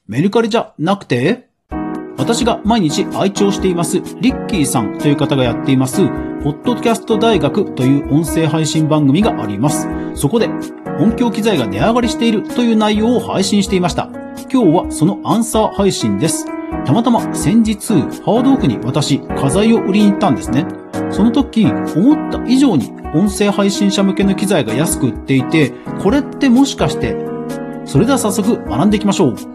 メルカリじゃなくて、私が毎日愛聴していますリッキーさんという方がやっていますポッドキャスト大学という音声配信番組があります。そこで音響機材が値上がりしているという内容を配信していました。今日はそのアンサー配信です。たまたま先日ハードオフに私家財を売りに行ったんですね。その時思った以上に音声配信者向けの機材が安く売っていて、これってもしかして。それでは早速学んでいきましょう。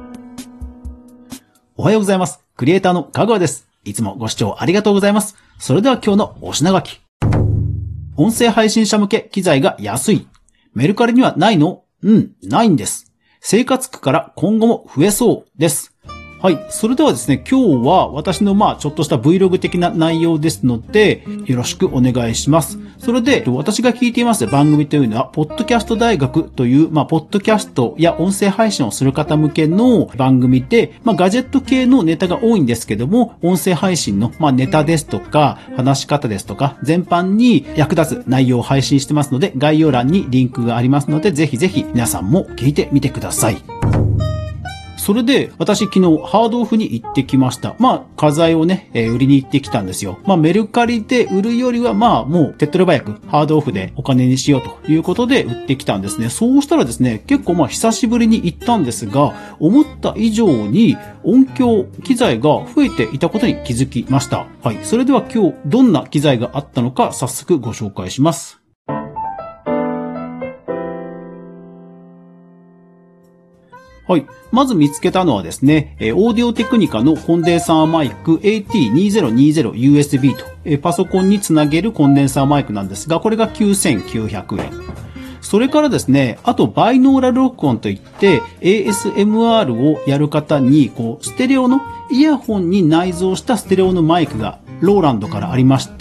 おはようございます。クリエイターのかぐわです。いつもご視聴ありがとうございます。それでは今日のお品書き。音声配信者向け機材が安い。メルカリにはないの？ないんです。生活苦から今後も増えそうです。はい。それではですね、今日は私のちょっとした Vlog 的な内容ですので、よろしくお願いします。それで、私が聞いています番組というのは、ポッドキャスト大学という、ポッドキャストや音声配信をする方向けの番組で、ガジェット系のネタが多いんですけども、音声配信の、ネタですとか、話し方ですとか、全般に役立つ内容を配信してますので、概要欄にリンクがありますので、ぜひぜひ皆さんも聞いてみてください。それで、私昨日ハードオフに行ってきました。家財をね、売りに行ってきたんですよ。メルカリで売るよりはもう手っ取り早くハードオフでお金にしようということで売ってきたんですね。そうしたらですね、結構久しぶりに行ったんですが、思った以上に音響機材が増えていたことに気づきました。はい。それでは今日どんな機材があったのか早速ご紹介します。はい。まず見つけたのはですね、オーディオテクニカのコンデンサーマイク AT2020USB と、パソコンにつなげるコンデンサーマイクなんですが、これが9900円。それからですね、あとバイノーラル録音といって ASMR をやる方に、ステレオのイヤホンに内蔵したステレオのマイクがローランドからありまして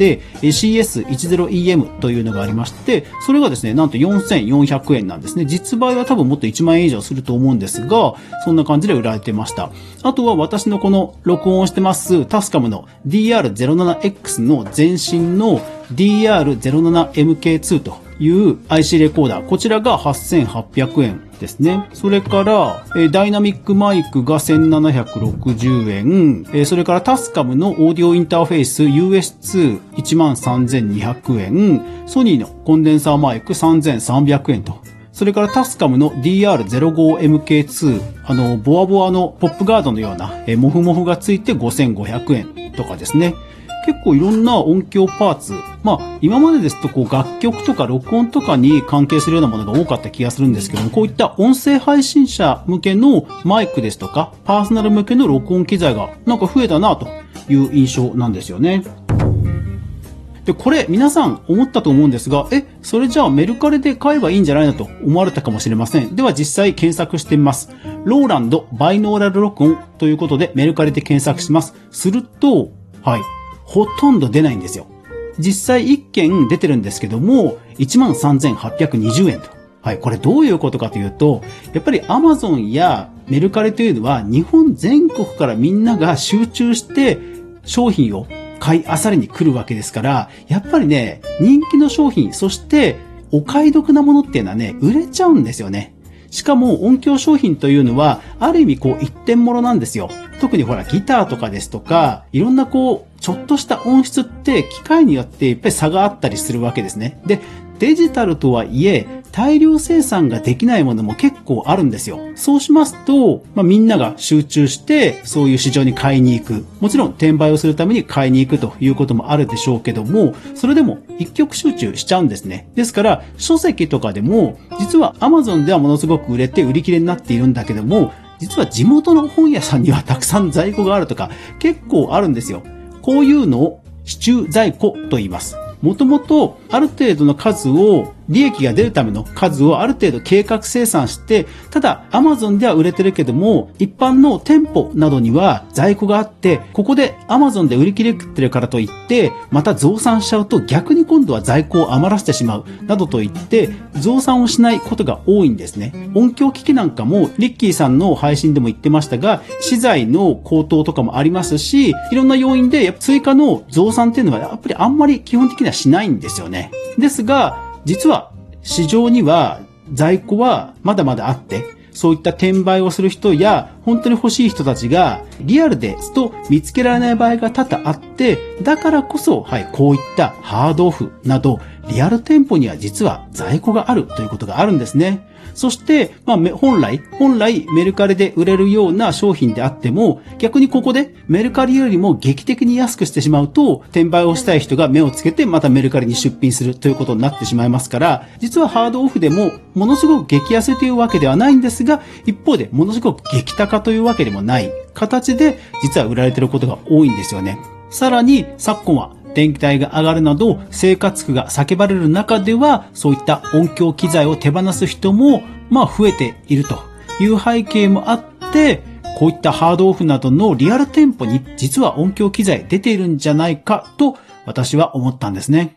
、CS10EM というのがありまして、それがですね、なんと4400円なんですね。実売は多分もっと1万円以上すると思うんですが、そんな感じで売られてました。あとは私のこの録音をしてますタスカムの DR07X の前身の DR07MK2 という IC レコーダー。こちらが8800円ですね。それから、ダイナミックマイクが1760円。それからタスカムのオーディオインターフェース US2 13200円。ソニーのコンデンサーマイク3300円と。それからタスカムの DR05MK2、ボアボアのポップガードのような、モフモフがついて5500円とかですね。結構いろんな音響パーツ。今までですと楽曲とか録音とかに関係するようなものが多かった気がするんですけども、こういった音声配信者向けのマイクですとか、パーソナル向けの録音機材が増えたなという印象なんですよね。で、これ皆さん思ったと思うんですが、それじゃあメルカリで買えばいいんじゃないのと思われたかもしれません。では実際検索してみます。ローランドバイノーラル録音ということでメルカリで検索します。すると、ほとんど出ないんですよ。実際1件出てるんですけども、13,820円と。これどういうことかというと、やっぱり Amazon やメルカリというのは日本全国からみんなが集中して商品を買い漁りに来るわけですから、やっぱりね、人気の商品、そしてお買い得なものっていうのはね、売れちゃうんですよね。しかも音響商品というのは、ある意味一点物なんですよ。特にギターとかですとか、いろんなちょっとした音質って機械によってやっぱり差があったりするわけですね。で、デジタルとはいえ、大量生産ができないものも結構あるんですよ。そうしますと、みんなが集中してそういう市場に買いに行く。もちろん転売をするために買いに行くということもあるでしょうけども、それでも一極集中しちゃうんですね。ですから、書籍とかでも、実は Amazon ではものすごく売れて売り切れになっているんだけども、実は地元の本屋さんにはたくさん在庫があるとか結構あるんですよ。こういうのを支柱在庫と言います。もともとある程度の数を利益が出るための数をある程度計画生産して、ただ Amazon では売れてるけども、一般の店舗などには在庫があって、ここで Amazon で売り切れてるからといって、また増産しちゃうと逆に今度は在庫を余らせてしまう、などと言って、増産をしないことが多いんですね。音響機器なんかも、リッキーさんの配信でも言ってましたが、資材の高騰とかもありますし、いろんな要因で追加の増産っていうのはやっぱりあんまり基本的にはしないんですよね。ですが、実は市場には在庫はまだまだあって、 そういった転売をする人や、本当に欲しい人たちが、リアルですと見つけられない場合が多々あって、だからこそ、こういったハードオフなど、リアル店舗には実は在庫があるということがあるんですね。そして、本来メルカリで売れるような商品であっても、逆にここでメルカリよりも劇的に安くしてしまうと、転売をしたい人が目をつけてまたメルカリに出品するということになってしまいますから、実はハードオフでもものすごく激安というわけではないんですが、一方でものすごく激高というわけでもない形で、実は売られていることが多いんですよね。さらに、昨今は電気代が上がるなど生活苦が叫ばれる中では、そういった音響機材を手放す人も増えているという背景もあって、こういったハードオフなどのリアル店舗に実は音響機材出ているんじゃないかと私は思ったんですね。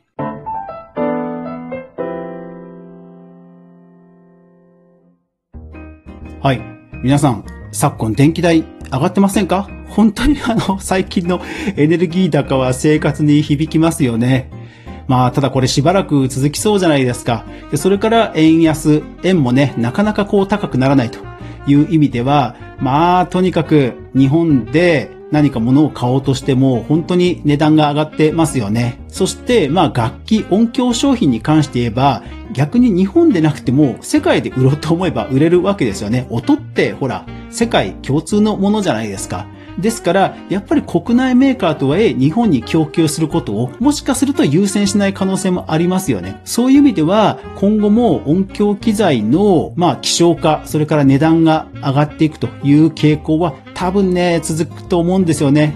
はい。皆さん、昨今電気代上がってませんか？本当に最近のエネルギー高は生活に響きますよね。ただこれしばらく続きそうじゃないですか。それから円もね、なかなか高くならないという意味では、とにかく日本で何か物を買おうとしても本当に値段が上がってますよね。そして楽器、音響商品に関して言えば、逆に日本でなくても世界で売ろうと思えば売れるわけですよね。音って世界共通のものじゃないですか。ですから、やっぱり国内メーカーとはいえ日本に供給することをもしかすると優先しない可能性もありますよね。そういう意味では、今後も音響機材の希少化、それから値段が上がっていくという傾向は多分ね、続くと思うんですよね。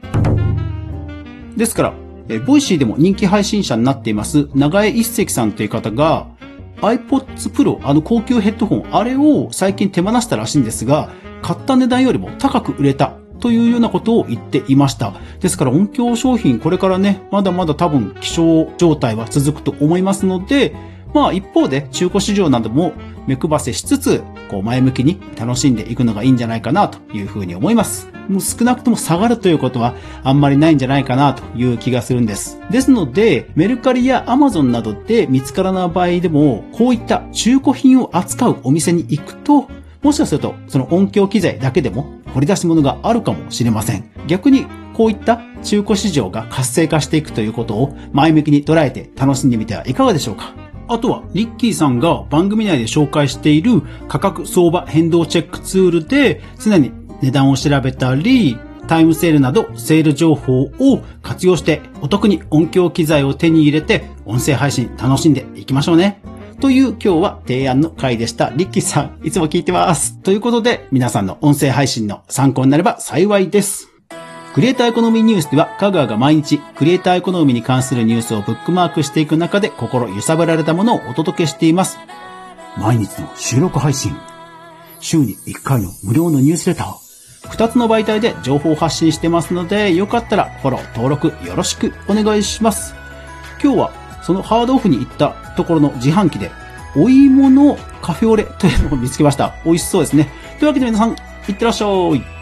ですから、ボイシーでも人気配信者になっています長江一石さんという方が iPods Pro、高級ヘッドホン、あれを最近手放したらしいんですが、買った値段よりも高く売れたというようなことを言っていました。ですから音響商品、これからね、まだまだ多分希少状態は続くと思いますので、一方で中古市場なども目配せしつつ、前向きに楽しんでいくのがいいんじゃないかなというふうに思います。もう少なくとも下がるということはあんまりないんじゃないかなという気がするんです。ですので、メルカリやアマゾンなどで見つからない場合でも、こういった中古品を扱うお店に行くと、もしかするとその音響機材だけでも掘り出し物があるかもしれません。逆にこういった中古市場が活性化していくということを前向きに捉えて楽しんでみてはいかがでしょうか。あとはリッキーさんが番組内で紹介している価格相場変動チェックツールで常に値段を調べたり、タイムセールなどセール情報を活用してお得に音響機材を手に入れて音声配信楽しんでいきましょうね。という今日は提案の回でした。リッキーさん、いつも聞いてます。ということで、皆さんの音声配信の参考になれば幸いです。クリエイターエコノミーニュースでは、香川が毎日クリエイターエコノミーに関するニュースをブックマークしていく中で心揺さぶられたものをお届けしています。毎日の収録配信、週に1回の無料のニュースレター、2つの媒体で情報発信してますので、よかったらフォロー、登録よろしくお願いします。今日はそのハードオフに行ったところの自販機でお芋のカフェオレというのを見つけました。美味しそうですね。というわけで皆さん、いってらっしゃい。